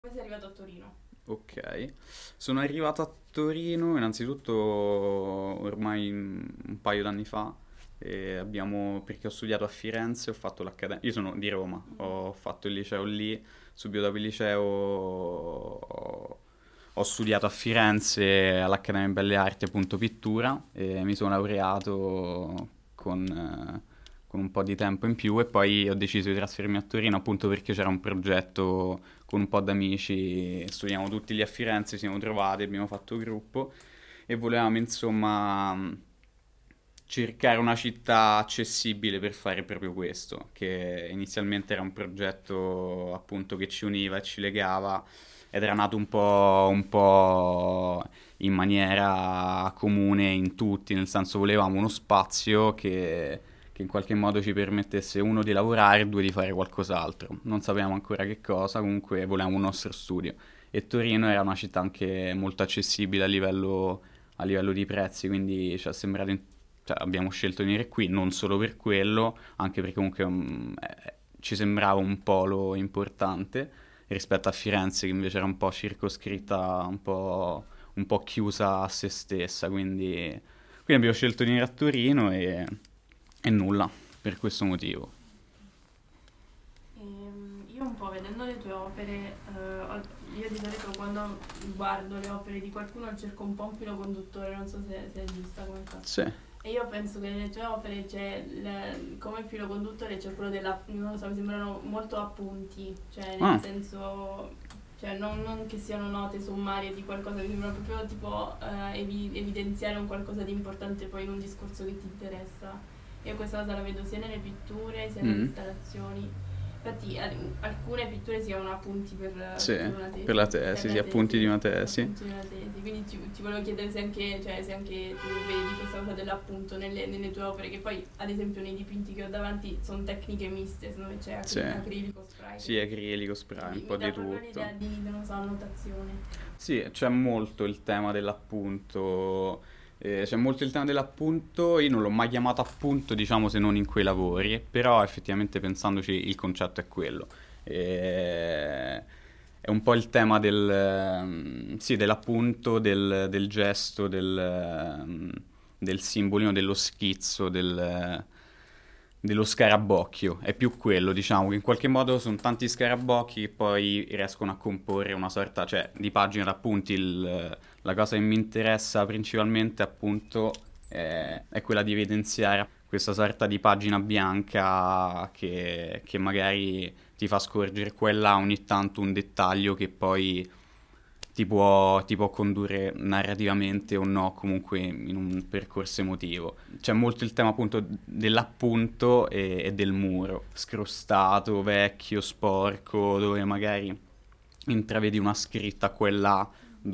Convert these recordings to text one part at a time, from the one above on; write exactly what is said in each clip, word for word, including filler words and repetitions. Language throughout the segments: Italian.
Come sei arrivato a Torino? Ok, sono arrivato a Torino innanzitutto ormai un un paio d'anni fa e abbiamo, perché ho studiato a Firenze, ho fatto l'accademia, io sono di Roma, Mhm. ho fatto il liceo lì, subito dopo il liceo ho, ho studiato a Firenze all'Accademia di Belle Arti, appunto pittura, e mi sono laureato con, eh, con un po' di tempo in più e poi ho deciso di trasferirmi a Torino appunto perché c'era un progetto con un po' d'amici, studiamo tutti lì a Firenze, ci siamo trovati, abbiamo fatto gruppo e volevamo insomma cercare una città accessibile per fare proprio questo, che inizialmente era un progetto appunto che ci univa e ci legava ed era nato un po', un po' in maniera comune in tutti, nel senso volevamo uno spazio che, che in qualche modo ci permettesse uno di lavorare e due di fare qualcos'altro. Non sapevamo ancora che cosa, comunque volevamo un nostro studio. E Torino era una città anche molto accessibile a livello, a livello di prezzi, quindi ci è sembrato in- cioè, abbiamo scelto di venire qui non solo per quello, anche perché comunque mm, eh, ci sembrava un polo importante rispetto a Firenze che invece era un po' circoscritta, un po', un po' chiusa a se stessa, quindi, quindi abbiamo scelto di venire a Torino e, e nulla, per questo motivo. Ehm, io un po' vedendo le tue opere, eh, ho- io di solito quando guardo le opere di qualcuno cerco un po' un filo conduttore, non so se, se è giusta come cosa. Sì. E io penso che nelle tue opere c'è il- come filo conduttore c'è quello della, non lo so, mi sembrano molto appunti, cioè nel Ah, senso, cioè non, non che siano note sommarie di qualcosa, mi sembra proprio tipo eh, evi- evidenziare un qualcosa di importante poi in un discorso che ti interessa. Io questa cosa la vedo sia nelle pitture sia nelle mm, installazioni. Infatti al- alcune pitture si chiamano appunti per, sì, per una per la tesi, per tesi, sì, la appunti di tesi, una tesi. appunti di una tesi. Quindi ti, ti volevo chiedere se anche, cioè, se anche tu vedi questa cosa dell'appunto nelle, nelle tue opere, che poi ad esempio nei dipinti che ho davanti sono tecniche miste, secondo me c'è Sì, acri- acrilico, spray, che sì, acrilico, spray, mi, un po' mi dà di proprio l'idea tutto. di, non so, annotazione. Sì, c'è molto il tema dell'appunto, eh, c'è molto il tema dell'appunto, io non l'ho mai chiamato appunto, diciamo, se non in quei lavori, però effettivamente pensandoci il concetto è quello. Eh, è un po' il tema del, ehm, sì, dell'appunto, del, del gesto, del, ehm, del simbolino, dello schizzo, del, dello scarabocchio. È più quello, diciamo, che in qualche modo sono tanti scarabocchi che poi riescono a comporre una sorta, cioè, di pagina d'appunti. Il- la cosa che mi interessa principalmente, appunto, è, è quella di evidenziare questa sorta di pagina bianca che, che magari ti fa scorgere qua e là ogni tanto un dettaglio che poi ti può, ti può condurre narrativamente o no, comunque in un percorso emotivo. C'è molto il tema appunto dell'appunto e, e del muro, scrostato, vecchio, sporco, dove magari intravedi una scritta qua e là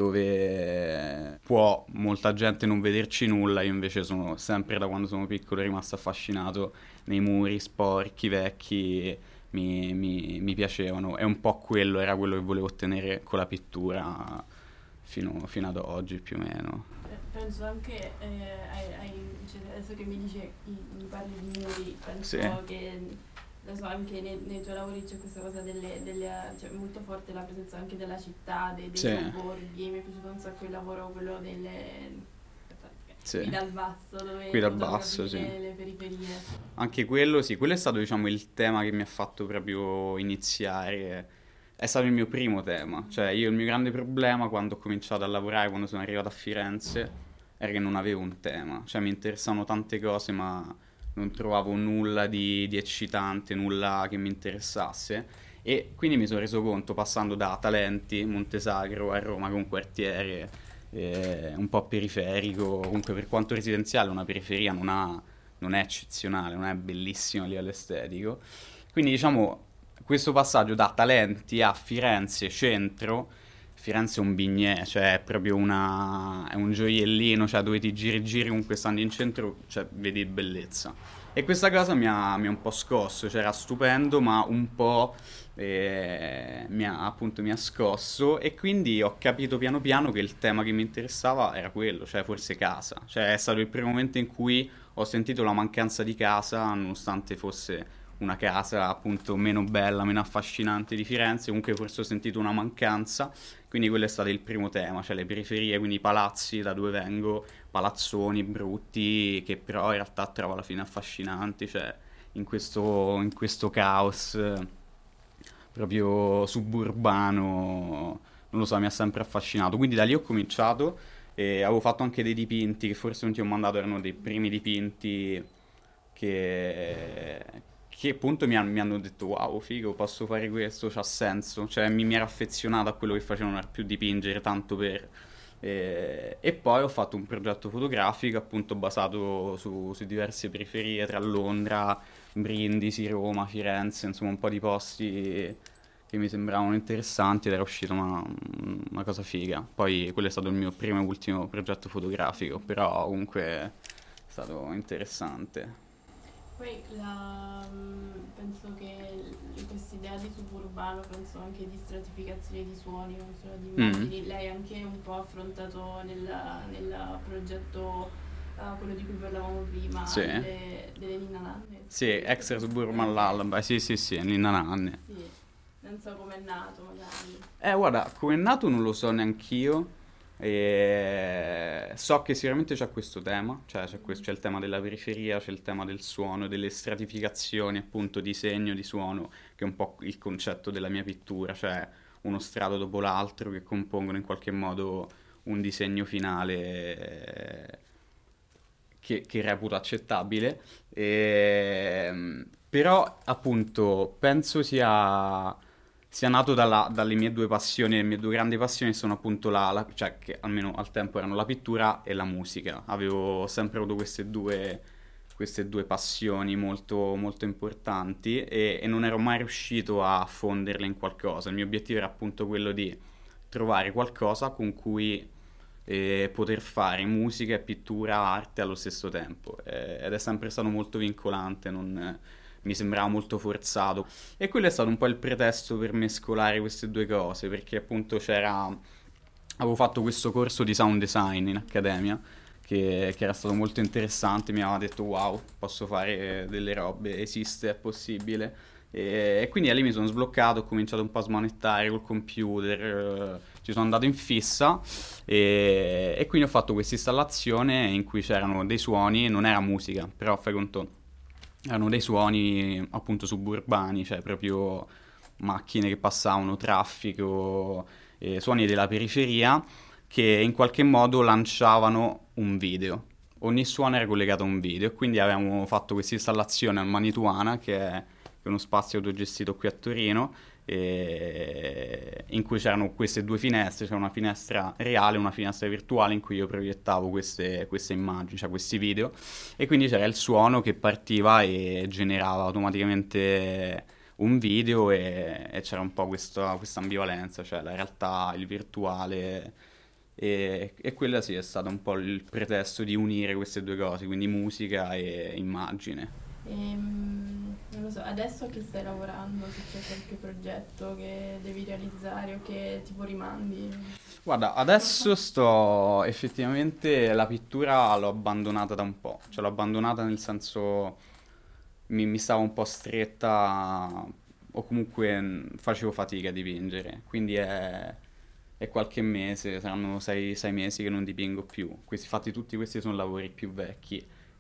dove può molta gente non vederci nulla, io invece sono sempre da quando sono piccolo rimasto affascinato nei muri sporchi, vecchi, mi, mi- mi piacevano. E un po' quello era quello che volevo ottenere con la pittura fino, fino ad oggi più o meno. Eh, Penso anche, eh, ai- ai- cioè, adesso che mi dici, mi parli di muri, Sì, penso che, non so, anche nei, nei tuoi lavori c'è questa cosa delle, delle, cioè molto forte la presenza anche della città, dei, dei sì, sobborghi, mi è piaciuto un sacco il lavoro, quello delle, aspetta, sì. qui dal basso, dove Qui dal basso, fotografi sì. le, le periferie. Anche quello, sì, quello è stato, diciamo, il tema che mi ha fatto proprio iniziare. È stato il mio primo tema. Cioè, io il mio grande problema quando ho cominciato a lavorare, quando sono arrivato a Firenze, era che non avevo un tema. Cioè, mi interessavano tante cose, ma non trovavo nulla di, di eccitante, nulla che mi interessasse. E quindi mi sono reso conto, passando da Talenti, Montesagro, a Roma, che è un quartiere eh, un po' periferico, comunque per quanto residenziale, una periferia non ha non è eccezionale, non è bellissimo a livello estetico. Quindi diciamo questo passaggio da Talenti a Firenze centro, Firenze è un bignè, cioè è proprio una, è un gioiellino, cioè dove ti giri giri comunque stando in centro, cioè vedi bellezza. E questa cosa mi ha, mi ha un po' scosso, cioè era stupendo, ma un po' eh, mi ha, appunto mi ha scosso e quindi ho capito piano piano che il tema che mi interessava era quello, cioè forse casa. Cioè è stato il primo momento in cui ho sentito la mancanza di casa, nonostante fosse una casa appunto meno bella, meno affascinante di Firenze, comunque forse ho sentito una mancanza, quindi quello è stato il primo tema, cioè le periferie, quindi i palazzi da dove vengo, palazzoni brutti che però in realtà trovo alla fine affascinanti, cioè in questo, in questo caos eh, proprio suburbano, non lo so, mi ha sempre affascinato, quindi da lì ho cominciato e avevo fatto anche dei dipinti che forse non ti ho mandato, erano dei primi dipinti che, che appunto mi, han- mi hanno detto wow, figo, posso fare questo, c'ha senso, cioè mi, mi ero affezionato a quello che facevo, non era più dipingere tanto per... eh, E poi ho fatto un progetto fotografico appunto basato su, su diverse periferie tra Londra, Brindisi, Roma, Firenze, insomma un po' di posti che mi sembravano interessanti ed era uscita una, una cosa figa. Poi quello è stato il mio primo e ultimo progetto fotografico, però comunque è stato interessante. Poi la, mm, penso che questa idea di suburbano, penso anche di stratificazione di suoni, non solo di Mm, immagini, lei ha anche un po' affrontato nel, nel progetto, eh, quello di cui parlavamo prima, sì. delle, delle Ninna Nanne. Sì, Extra Suburban Lullaby, sì sì sì, Ninna Nanne. Sì, non so com'è nato magari. Eh, guarda, come è nato non lo so neanch'io. E so che sicuramente c'è questo tema, cioè c'è, questo- c'è il tema della periferia, c'è il tema del suono, delle stratificazioni, appunto, di segno, di suono, che è un po' il concetto della mia pittura, cioè uno strato dopo l'altro che compongono in qualche modo un disegno finale eh, che, che reputo accettabile. Ehm, però, appunto, penso sia sia nato dalla- dalle mie due passioni, le mie due grandi passioni sono appunto la, la- cioè che almeno al tempo erano la pittura e la musica. Avevo sempre avuto queste due, queste due passioni molto, molto importanti e, e non ero mai riuscito a fonderle in qualcosa. Il mio obiettivo era appunto quello di trovare qualcosa con cui eh, poter fare musica e pittura, arte allo stesso tempo. Eh, ed è sempre stato molto vincolante, non mi sembrava molto forzato. E quello è stato un po' il pretesto per mescolare queste due cose, perché appunto c'era... Avevo fatto questo corso di sound design in accademia, che, che era stato molto interessante, mi aveva detto wow, posso fare delle robe, esiste, è possibile. E, e quindi da lì mi sono sbloccato, ho cominciato un po' a smanettare col computer, eh, ci sono andato in fissa e, e quindi ho fatto questa installazione in cui c'erano dei suoni, non era musica, però fai conto, erano dei suoni appunto suburbani, cioè proprio macchine che passavano, traffico, eh, suoni della periferia che in qualche modo lanciavano un video. Ogni suono era collegato a un video e quindi avevamo fatto questa installazione al Manituana, che è, che è uno spazio autogestito qui a Torino, e- in cui c'erano queste due finestre, c'era una finestra reale e una finestra virtuale in cui io proiettavo queste, queste immagini, cioè questi video, e quindi c'era il suono che partiva e generava automaticamente un video e, e c'era un po' questa, questa ambivalenza, cioè la realtà, il virtuale e, e quella sì è stato un po' il pretesto di unire queste due cose, quindi musica e immagine. Ehm, non lo so, adesso che stai lavorando, se c'è qualche progetto che devi realizzare o che tipo rimandi? Guarda, adesso sto effettivamente la pittura l'ho abbandonata da un po', cioè l'ho abbandonata nel senso mi, mi stava un po' stretta o comunque mh, facevo fatica a dipingere, quindi è, è qualche mese, saranno sei, sei mesi che non dipingo più. Questi, infatti tutti questi sono lavori più vecchi,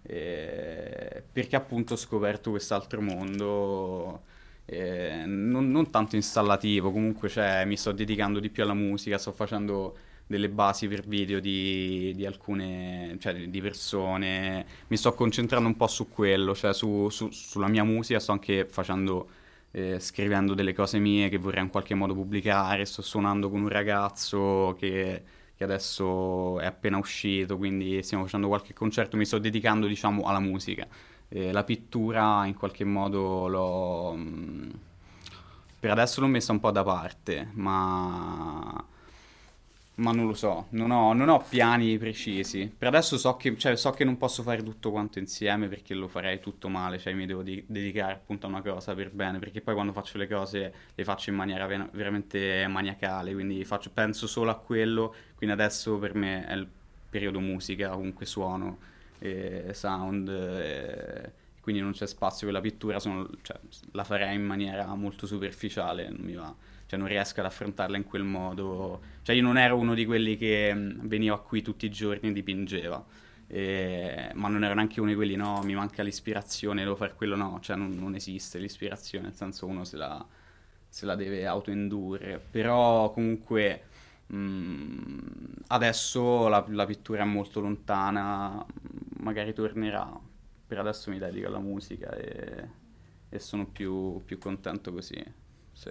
eh, perché appunto ho scoperto quest'altro mondo, eh, non, non tanto installativo, comunque cioè, mi sto dedicando di più alla musica, sto facendo delle basi per video di, di alcune, cioè di persone, mi sto concentrando un po' su quello, cioè su, su- sulla mia musica, sto anche facendo, eh, scrivendo delle cose mie che vorrei in qualche modo pubblicare, sto suonando con un ragazzo che, che adesso è appena uscito, quindi stiamo facendo qualche concerto, mi sto dedicando diciamo alla musica. Eh, la pittura in qualche modo l'ho... mh, per adesso l'ho messa un po' da parte, ma... Ma non lo so, non ho, non ho piani precisi. Per adesso so che, cioè, so che non posso fare tutto quanto insieme perché lo farei tutto male, cioè mi devo di- dedicare appunto a una cosa per bene, perché poi quando faccio le cose le faccio in maniera ven- veramente maniacale, quindi faccio- penso solo a quello, quindi adesso per me è il periodo musica, comunque suono, e sound, e quindi non c'è spazio per la pittura, sono, cioè, la farei in maniera molto superficiale, non mi va, cioè non riesco ad affrontarla in quel modo, cioè io non ero uno di quelli che mh, veniva qui tutti i giorni e dipingeva, e- ma non ero neanche uno di quelli, no, mi manca l'ispirazione, devo fare quello, no, cioè non, non esiste l'ispirazione, nel senso uno se la, se la deve autoindurre, però comunque mh, adesso la, la pittura è molto lontana, magari tornerà, per adesso mi dedico alla musica e, e sono più, più contento così, sì.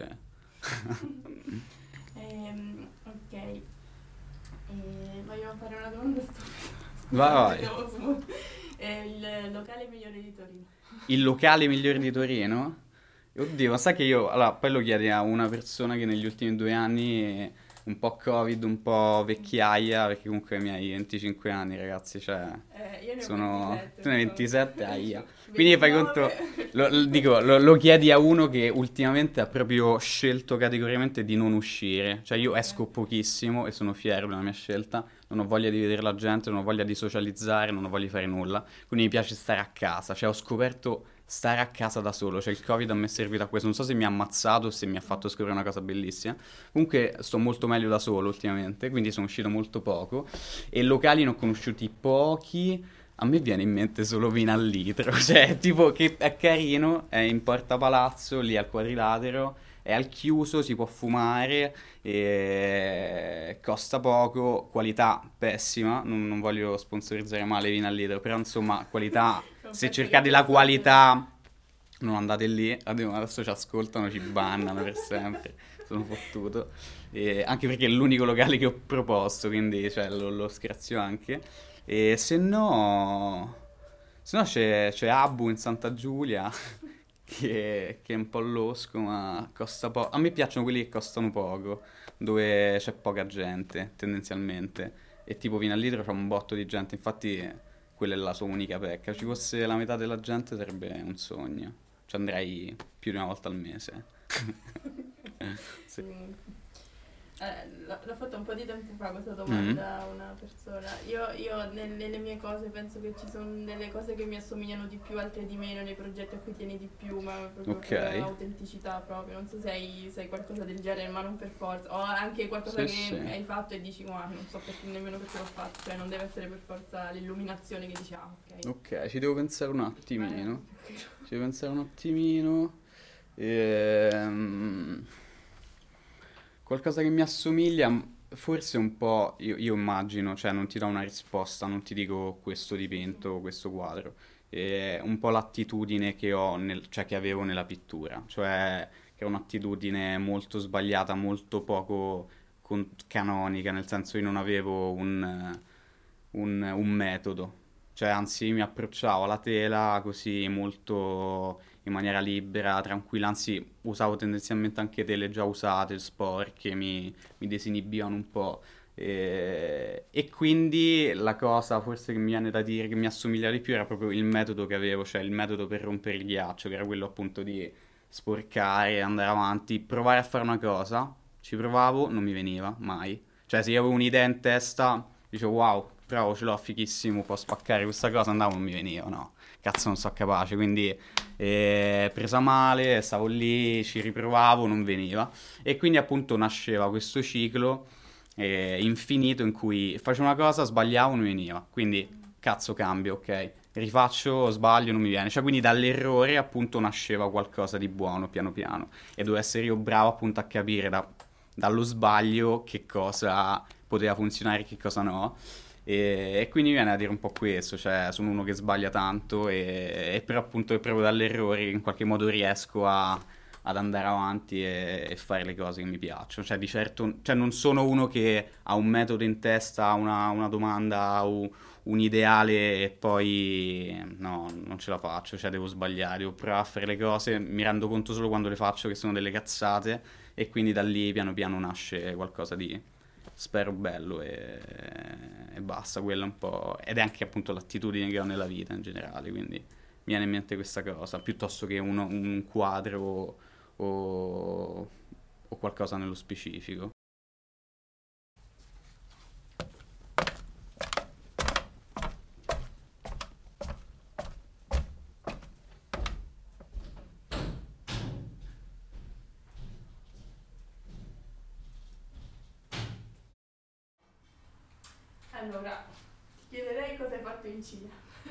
Ehm, ok, e voglio fare una domanda stupida. Vai, Scusate, vai. siamo su- È il locale migliore di Torino. Il locale migliore di Torino? Oddio, ma sai che io, allora, poi lo chiedi a una persona che negli ultimi due anni, un po' Covid, un po' vecchiaia, perché comunque ai miei venticinque anni, ragazzi, cioè, Eh, io ne ho sono... ventisette, Tu ne hai non so. ventisette, aia. Quindi fai conto, ventinove. lo, lo- dico, lo, lo chiedi a uno che ultimamente ha proprio scelto categoricamente di non uscire. Cioè io Ok. esco pochissimo e sono fiero della mia scelta, non ho voglia di vedere la gente, non ho voglia di socializzare, non ho voglia di fare nulla. Quindi mi piace stare a casa, cioè ho scoperto stare a casa da solo, cioè il Covid a me è servito a questo, non so se mi ha ammazzato o se mi ha fatto scoprire una cosa bellissima. Comunque sto molto meglio da solo ultimamente, quindi sono uscito molto poco e locali ne ho conosciuti pochi. A me viene in mente solo Vino al litro, cioè tipo che è carino, è in Porta Palazzo, lì al Quadrilatero, è al chiuso, si può fumare, e costa poco, qualità pessima, non, non voglio sponsorizzare male Vino al litro, però insomma qualità, Non se penso cercate che la possa qualità non andate lì, adesso ci ascoltano, ci bannano per sempre, sono fottuto. E anche perché è l'unico locale che ho proposto, quindi cioè, lo, lo scrazio anche. E se no, se no c'è, c'è Abu in Santa Giulia, che, che è un po' losco, ma costa poco. A me piacciono quelli che costano poco, dove c'è poca gente, tendenzialmente. E tipo Vino al litro c'è un botto di gente, infatti quella è la sua unica pecca. Ci fosse la metà della gente sarebbe un sogno. Ci andrei più di una volta al mese. Sì. Mm. Eh, l- l'ho fatto un po' di tempo fa questa Mm. domanda a una persona. Io, io nel- nelle mie cose penso che ci sono delle cose che mi assomigliano di più, altre di meno, nei progetti a cui tieni di più, ma proprio Ok. per autenticità proprio. Non so se hai, se hai qualcosa del genere, ma non per forza. O anche qualcosa Sì, che sì. hai fatto e dici, ma non so perché, nemmeno perché l'ho fatto. Cioè non deve essere per forza l'illuminazione che dici, ah ok. Ok, ci devo pensare un Vai, attimino. vai. Ci devo pensare un attimino. Ehm, Qualcosa che mi assomiglia, m- forse un po', io, io immagino, cioè non ti do una risposta, non ti dico questo dipinto, questo quadro. È un po' l'attitudine che ho, nel- cioè che avevo nella pittura, cioè che è un'attitudine molto sbagliata, molto poco con- canonica, nel senso io non avevo un, un- un metodo, cioè anzi mi approcciavo alla tela così molto in maniera libera, tranquilla, anzi usavo tendenzialmente anche tele già usate, sporche, mi, mi disinibivano un po'. E, e quindi la cosa forse che mi viene da dire che mi assomiglia di più era proprio il metodo che avevo, cioè il metodo per rompere il ghiaccio, che era quello appunto di sporcare, andare avanti, provare a fare una cosa, ci provavo, non mi veniva mai. Cioè se io avevo un'idea in testa, dicevo wow, bravo, ce l'ho, fighissimo, può spaccare questa cosa, andavo, non mi veniva, no, cazzo non sono capace, quindi eh, presa male, stavo lì, ci riprovavo, non veniva. E quindi appunto nasceva questo ciclo eh, infinito in cui facevo una cosa, sbagliavo, non mi veniva. Quindi cazzo cambio, ok. Rifaccio, sbaglio, non mi viene. Cioè quindi dall'errore appunto nasceva qualcosa di buono piano piano. E dovevo essere io bravo appunto a capire da- dallo sbaglio che cosa poteva funzionare e che cosa no. E, e quindi mi viene a dire un po' questo, cioè sono uno che sbaglia tanto e, e però appunto è proprio dall'errore in qualche modo riesco a, ad andare avanti e, e fare le cose che mi piacciono. Cioè di certo, cioè non sono uno che ha un metodo in testa, una, una domanda o un ideale e poi no, non ce la faccio, cioè devo sbagliare, devo provare a fare le cose, mi rendo conto solo quando le faccio che sono delle cazzate e quindi da lì piano piano nasce qualcosa di spero bello e, e basta, quella un po'. Ed è anche appunto l'attitudine che ho nella vita in generale, quindi mi viene in mente questa cosa, piuttosto che uno- un quadro o, o qualcosa nello specifico. Allora, ti chiederei cosa hai fatto in Cile.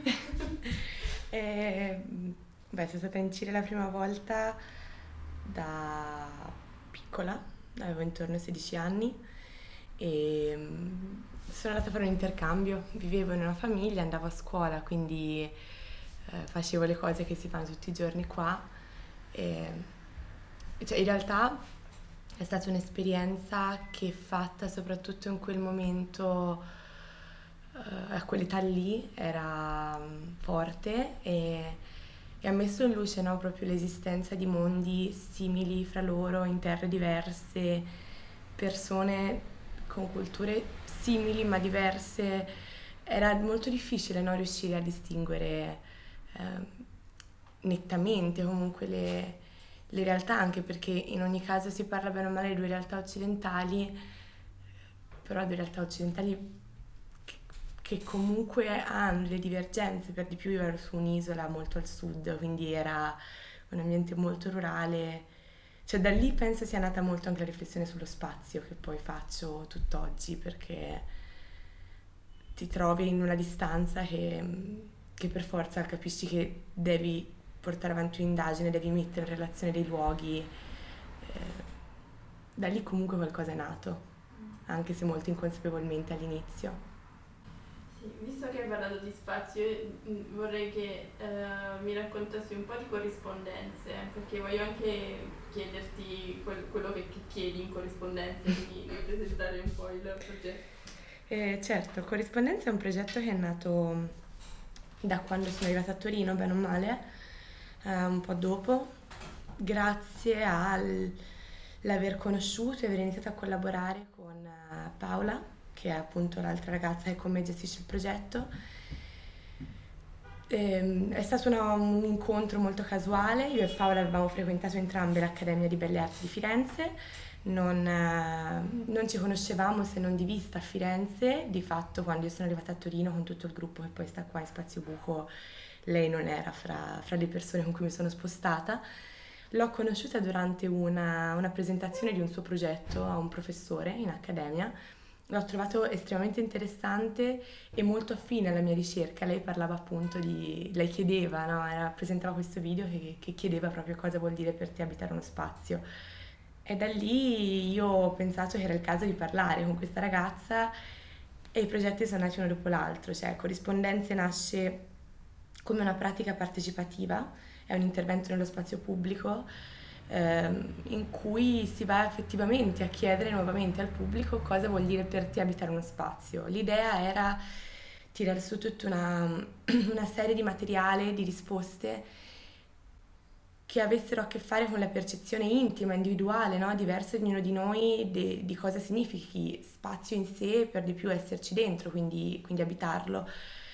E, beh, sono stata in Cile la prima volta da piccola, avevo intorno ai sedici anni e mm, sono andata a fare un intercambio, vivevo in una famiglia, andavo a scuola, quindi eh, facevo le cose che si fanno tutti i giorni qua e, cioè, in realtà è stata un'esperienza che fatta soprattutto in quel momento, eh, a quell'età lì, era mm, forte e, e ha messo in luce, no, proprio l'esistenza di mondi simili fra loro, in terre diverse, persone con culture simili ma diverse. Era molto difficile, no, riuscire a distinguere eh, nettamente comunque le, le realtà, anche perché in ogni caso si parla bene o male di due realtà occidentali, però due realtà occidentali che, che comunque hanno delle divergenze. Per di più io ero su un'isola molto al sud, quindi era un ambiente molto rurale. Cioè da lì penso sia nata molto anche la riflessione sullo spazio che poi faccio tutt'oggi, perché ti trovi in una distanza che, che per forza capisci che devi portare avanti un'indagine, devi mettere in relazione dei luoghi. Eh, da lì comunque qualcosa è nato, anche se molto inconsapevolmente all'inizio. Sì, visto che hai parlato di spazio, io, mm, vorrei che eh, mi raccontassi un po' di corrispondenze, perché voglio anche chiederti quel- quello che, che chiedi in corrispondenza, quindi di presentare un po' il progetto. Eh, certo, Corrispondenza è un progetto che è nato da quando sono arrivata a Torino, bene o male, eh, un po' dopo, grazie all'aver conosciuto e aver iniziato a collaborare con eh, Paola, che è appunto l'altra ragazza che con me gestisce il progetto. Ehm, è stato una- un incontro molto casuale. Io e Paola avevamo frequentato entrambe l'Accademia di Belle Arti di Firenze, non, eh, non ci conoscevamo se non di vista a Firenze. Di fatto, quando io sono arrivata a Torino con tutto il gruppo che poi sta qua in Spazio Buco, lei non era fra, fra le persone con cui mi sono spostata. L'ho conosciuta durante una, una presentazione di un suo progetto a un professore in accademia. L'ho trovato estremamente interessante e molto affine alla mia ricerca. Lei parlava appunto di... lei chiedeva, no? Era- presentava questo video che, che chiedeva proprio cosa vuol dire per te abitare uno spazio. E da lì io ho pensato che era il caso di parlare con questa ragazza e i progetti sono nati uno dopo l'altro. Cioè, Corrispondenze nasce come una pratica partecipativa, è un intervento nello spazio pubblico ehm, in cui si va effettivamente a chiedere nuovamente al pubblico cosa vuol dire per te abitare uno spazio. L'idea era tirare su tutta una, una serie di materiale, di risposte che avessero a che fare con la percezione intima, individuale, no? Diversa di ognuno di noi de- di cosa significhi spazio in sé, per di più esserci dentro, quindi, quindi abitarlo.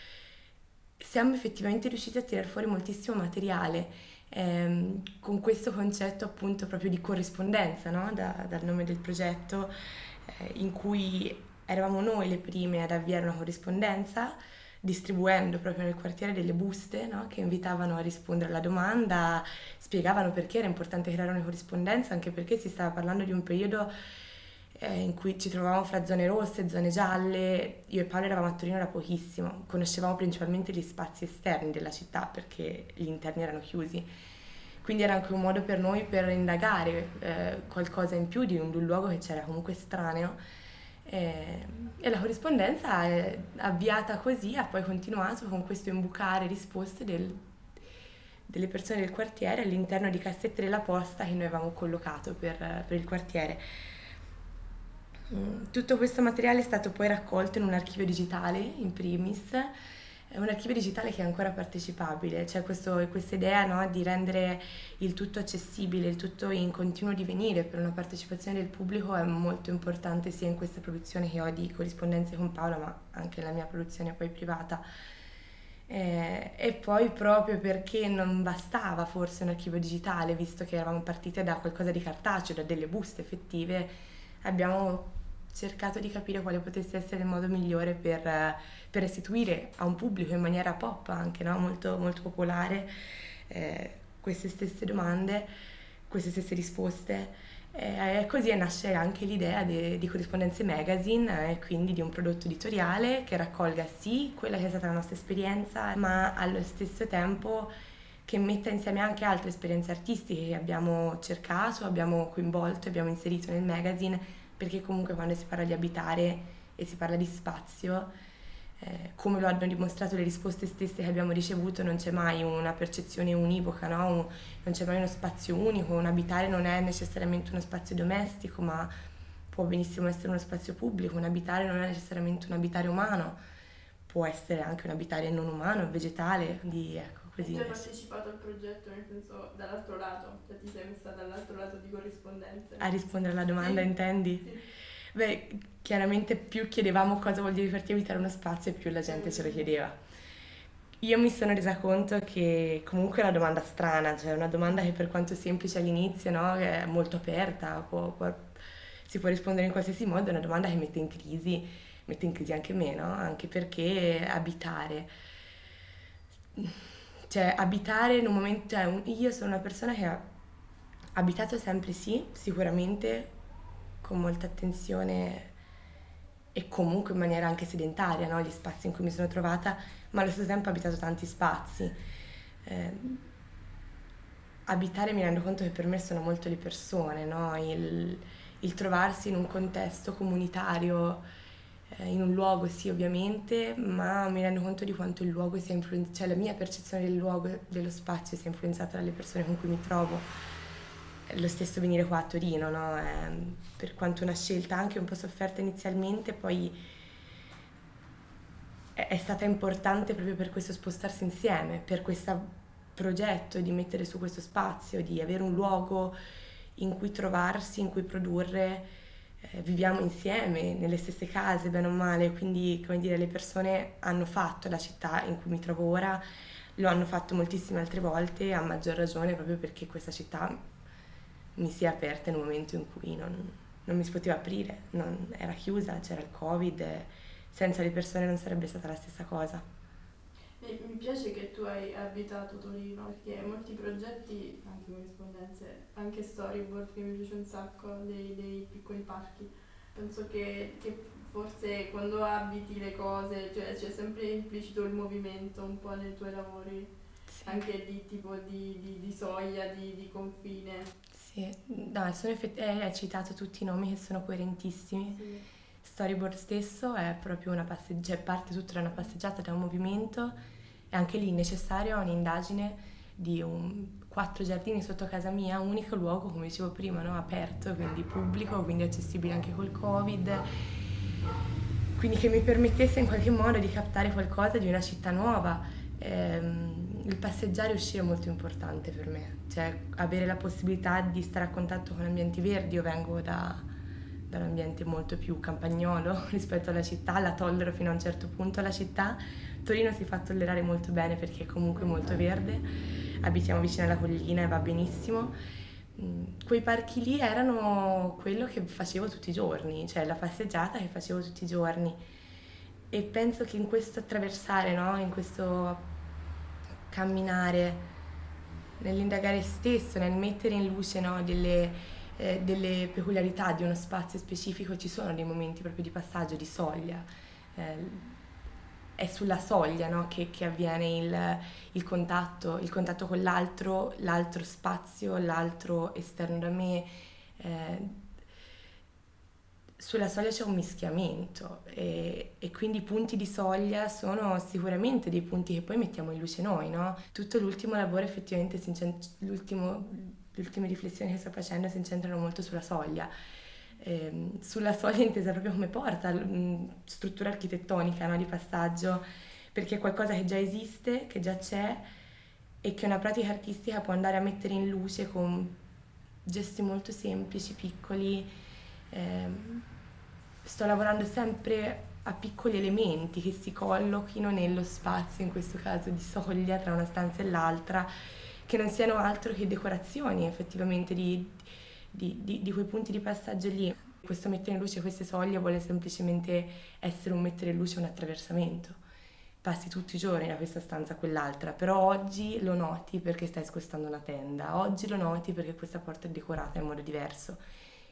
Siamo effettivamente riusciti a tirar fuori moltissimo materiale ehm, con questo concetto appunto proprio di corrispondenza, no? Da- dal nome del progetto, eh, in cui eravamo noi le prime ad avviare una corrispondenza, distribuendo proprio nel quartiere delle buste, no? Che invitavano a rispondere alla domanda, spiegavano perché era importante creare una corrispondenza, anche perché si stava parlando di un periodo eh, in cui ci trovavamo fra zone rosse, zone gialle. Io e Paolo eravamo a Torino da pochissimo, conoscevamo principalmente gli spazi esterni della città perché gli interni erano chiusi. Quindi era anche un modo per noi per indagare eh, qualcosa in più di un, di un luogo che c'era comunque estraneo. Eh, e la corrispondenza è avviata così, ha poi continuato con questo imbucare risposte del- delle persone del quartiere all'interno di cassette della posta che noi avevamo collocato per, per il quartiere. Mm, Tutto questo materiale è stato poi raccolto in un archivio digitale, in primis, è un archivio digitale che è ancora partecipabile. C'è questo- questa idea, no, di rendere il tutto accessibile, il tutto in continuo divenire per una partecipazione del pubblico è molto importante sia in questa produzione che ho di Corrispondenze con Paola, ma anche nella mia produzione poi privata. Eh, e poi proprio perché non bastava forse un archivio digitale, visto che eravamo partite da qualcosa di cartaceo, da delle buste effettive, abbiamo cercato di capire quale potesse essere il modo migliore per, eh, per restituire a un pubblico in maniera pop anche, no? molto, molto popolare, eh, queste stesse domande, queste stesse risposte. E così nasce anche l'idea di, di Corrispondenze Magazine, e quindi di un prodotto editoriale che raccolga sì quella che è stata la nostra esperienza, ma allo stesso tempo che metta insieme anche altre esperienze artistiche che abbiamo cercato, abbiamo coinvolto, abbiamo inserito nel magazine, perché comunque quando si parla di abitare e si parla di spazio, eh, come lo hanno dimostrato le risposte stesse che abbiamo ricevuto, non c'è mai una percezione univoca, no? Un, non c'è mai uno spazio unico, un abitare non è necessariamente uno spazio domestico, ma può benissimo essere uno spazio pubblico, un abitare non è necessariamente un abitare umano, può essere anche un abitare non umano, vegetale, quindi ecco. Così. Tu hai partecipato al progetto, nel senso dall'altro lato, cioè ti sei messa dall'altro lato di Corrispondenze. A rispondere alla domanda, sì. Intendi? Sì. Beh, chiaramente più chiedevamo cosa vuol dire per te abitare uno spazio e più la gente ce lo chiedeva. Io mi sono resa conto che comunque è una domanda strana, cioè una domanda che per quanto semplice all'inizio, no, è molto aperta, può, può, si può rispondere in qualsiasi modo, è una domanda che mette in crisi, mette in crisi anche me, no? Anche perché abitare... Cioè, abitare in un momento... Cioè, io sono una persona che ha abitato sempre, sì, sicuramente, con molta attenzione e comunque in maniera anche sedentaria, no? Gli spazi in cui mi sono trovata, ma allo stesso tempo ho abitato tanti spazi. Eh, abitare mi rendo conto che per me sono molto le persone, no? Il, il trovarsi in un contesto comunitario, in un luogo sì ovviamente, ma mi rendo conto di quanto il luogo sia influenzato, cioè la mia percezione del luogo, dello spazio sia influenzata dalle persone con cui mi trovo. Lo stesso venire qua a Torino, no? Eh, per quanto una scelta anche un po' sofferta inizialmente, poi è, è stata importante proprio per questo spostarsi insieme, per questo progetto di mettere su questo spazio, di avere un luogo in cui trovarsi, in cui produrre. Eh, viviamo insieme nelle stesse case, bene o male, quindi come dire, le persone hanno fatto la città in cui mi trovo ora, lo hanno fatto moltissime altre volte, a maggior ragione proprio perché questa città mi si è aperta in un momento in cui non, non mi si poteva aprire, non, era chiusa, c'era il Covid, e senza le persone non sarebbe stata la stessa cosa. E mi piace che tu hai abitato Torino, perché molti progetti, anche Corrispondenze, anche Storyboard, che mi piace un sacco, dei, dei piccoli parchi, penso che, che forse quando abiti le cose, cioè c'è sempre implicito il movimento un po' nei tuoi lavori, sì. Anche di tipo di, di, di soglia, di, di confine. Sì, no, sono effett- eh, hai citato tutti i nomi che sono coerentissimi. Sì. Storyboard stesso è proprio una passeggiata, cioè parte tutta da una passeggiata, da un movimento, e anche lì necessaria un'indagine di un, quattro giardini sotto casa mia, un unico luogo, come dicevo prima, no? Aperto, quindi pubblico, quindi accessibile anche col Covid, quindi che mi permettesse in qualche modo di captare qualcosa di una città nuova. Ehm, il passeggiare e uscire è molto importante per me, cioè avere la possibilità di stare a contatto con ambienti verdi. Io vengo da da un ambiente molto più campagnolo rispetto alla città, la tollero fino a un certo punto la città. Torino si fa tollerare molto bene perché è comunque molto verde, abitiamo vicino alla collina e va benissimo. Quei parchi lì erano quello che facevo tutti i giorni, cioè la passeggiata che facevo tutti i giorni, e penso che in questo attraversare, no? In questo camminare, nell'indagare stesso, nel mettere in luce, no? delle Eh, delle peculiarità di uno spazio specifico, ci sono dei momenti proprio di passaggio, di soglia. Eh, è sulla soglia, no, che, che avviene il, il contatto, il contatto con l'altro, l'altro spazio, l'altro esterno da me. Eh, sulla soglia c'è un mischiamento e, e quindi i punti di soglia sono sicuramente dei punti che poi mettiamo in luce noi, no? Tutto l'ultimo lavoro effettivamente, si incent- l'ultimo le ultime riflessioni che sto facendo si incentrano molto sulla soglia, eh, sulla soglia intesa proprio come porta, mh, struttura architettonica, no, di passaggio, perché è qualcosa che già esiste, che già c'è e che una pratica artistica può andare a mettere in luce con gesti molto semplici, piccoli. Eh, sto lavorando sempre a piccoli elementi che si collochino nello spazio, in questo caso di soglia tra una stanza e l'altra, che non siano altro che decorazioni effettivamente di, di, di, di quei punti di passaggio lì. Questo mettere in luce queste soglie vuole semplicemente essere un mettere in luce un attraversamento. Passi tutti i giorni da questa stanza a quell'altra, però oggi lo noti perché stai scostando una tenda, oggi lo noti perché questa porta è decorata in modo diverso.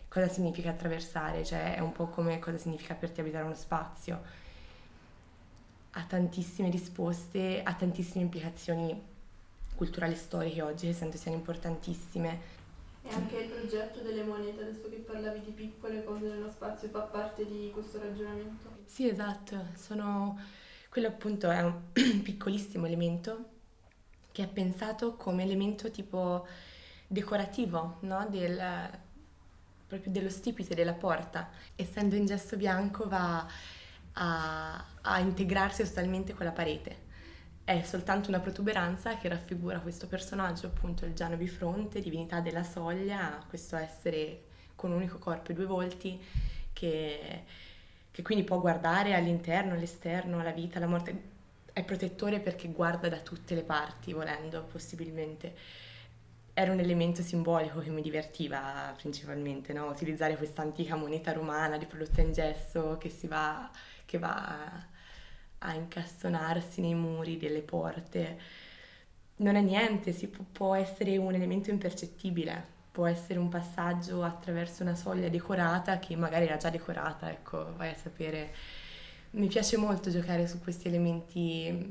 cosa significa attraversare, cioè è un po' come cosa significa per te abitare uno spazio. Ha tantissime risposte, ha tantissime implicazioni culturali e storiche oggi che sento siano importantissime. E anche il progetto delle monete, adesso che parlavi di piccole cose nello spazio, fa parte di questo ragionamento? Sì, esatto, sono... quello appunto è un piccolissimo elemento che è pensato come elemento tipo decorativo, no? Del, proprio dello stipite della porta. Essendo in gesso bianco va a, a integrarsi totalmente con la parete. È soltanto una protuberanza che raffigura questo personaggio, appunto il Giano Bifronte, divinità della soglia, questo essere con un unico corpo e due volti che, che quindi può guardare all'interno, all'esterno, alla vita, alla morte. È protettore perché guarda da tutte le parti, volendo, possibilmente. Era un elemento simbolico che mi divertiva principalmente, no? Utilizzare questa antica moneta romana riprodotta in gesso che si va, che va a, a incastonarsi nei muri delle porte. Non è niente, si può, può essere un elemento impercettibile, può essere un passaggio attraverso una soglia decorata che magari era già decorata, ecco, vai a sapere. Mi piace molto giocare su questi elementi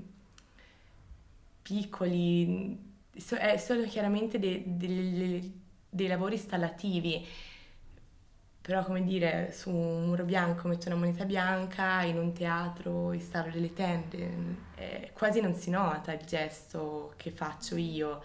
piccoli, so, eh, sono chiaramente dei, dei, dei lavori installativi, però come dire, su un muro bianco metto una moneta bianca, in un teatro installo delle tende, eh, quasi non si nota il gesto che faccio io,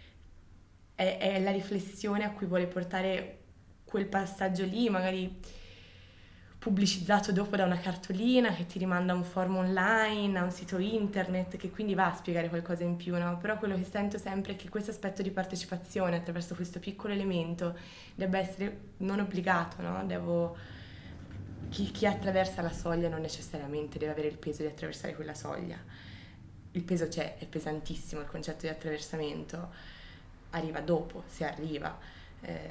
è, è la riflessione a cui vuole portare quel passaggio lì, magari pubblicizzato dopo da una cartolina che ti rimanda a un forum online, a un sito internet, che quindi va a spiegare qualcosa in più, no? Però quello che sento sempre è che questo aspetto di partecipazione attraverso questo piccolo elemento debba essere non obbligato, no? Devo... Chi, chi attraversa la soglia non necessariamente deve avere il peso di attraversare quella soglia. Il peso c'è, è pesantissimo, il concetto di attraversamento arriva dopo, se arriva, eh,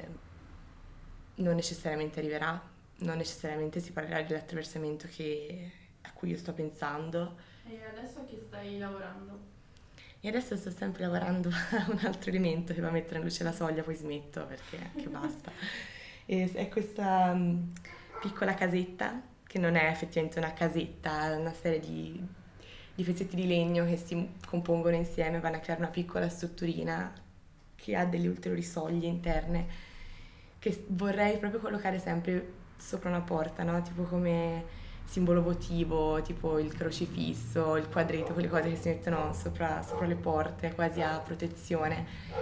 non necessariamente arriverà. Non necessariamente si parlerà dell'attraversamento che, a cui io sto pensando. E adesso a che stai lavorando? E adesso sto sempre lavorando a un altro elemento che va a mettere in luce la soglia, poi smetto perché che basta. E è questa um, piccola casetta, che non è effettivamente una casetta, è una serie di, di pezzetti di legno che si compongono insieme, vanno a creare una piccola strutturina che ha delle ulteriori soglie interne, che vorrei proprio collocare sempre sopra una porta, no? Tipo come simbolo votivo, tipo il crocifisso, il quadretto, quelle cose che si mettono sopra, sopra le porte, quasi a protezione.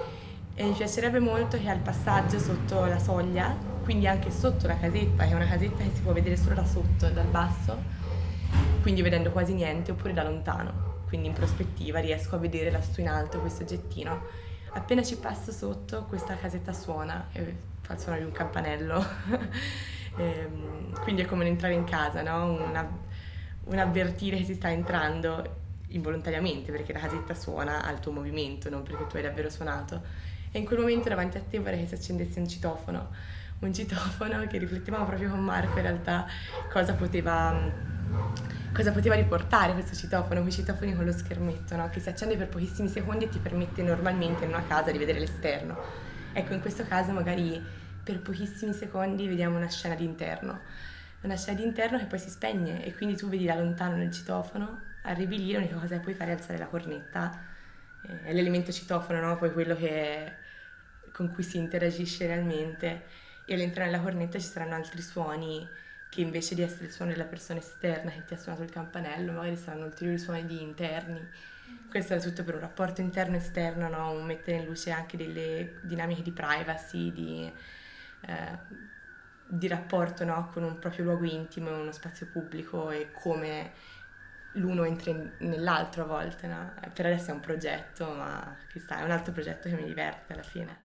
E mi piacerebbe molto che al passaggio sotto la soglia, quindi anche sotto la casetta, che è una casetta che si può vedere solo da sotto, dal basso, quindi vedendo quasi niente, oppure da lontano, quindi in prospettiva riesco a vedere lassù in alto questo oggettino. Appena ci passo sotto, questa casetta suona, e fa il suono di un campanello. Ehm, quindi è come un entrare in casa, no? Una, un avvertire che si sta entrando involontariamente, perché la casetta suona al tuo movimento, non perché tu hai davvero suonato. E in quel momento davanti a te vorrei che si accendesse un citofono, un citofono che riflettevamo proprio con Marco in realtà cosa poteva, cosa poteva riportare questo citofono, quei citofoni con lo schermetto, no? Che si accende per pochissimi secondi e ti permette normalmente in una casa di vedere l'esterno. Ecco, in questo caso magari per pochissimi secondi vediamo una scena d'interno, una scena d'interno che poi si spegne e quindi tu vedi da lontano nel citofono, arrivi lì, l'unica cosa che puoi fare è alzare la cornetta, è l'elemento citofono, no? Poi quello che, con cui si interagisce realmente, e all'interno della cornetta ci saranno altri suoni che invece di essere il suono della persona esterna che ti ha suonato il campanello, magari saranno ulteriori suoni di interni. Questo è tutto per un rapporto interno-esterno, no? Un mettere in luce anche delle dinamiche di privacy, di... Eh, di rapporto, no? Con un proprio luogo intimo, uno spazio pubblico e come l'uno entra in, nell'altro a volte, no? Per adesso è un progetto, ma chissà, è un altro progetto che mi diverte alla fine.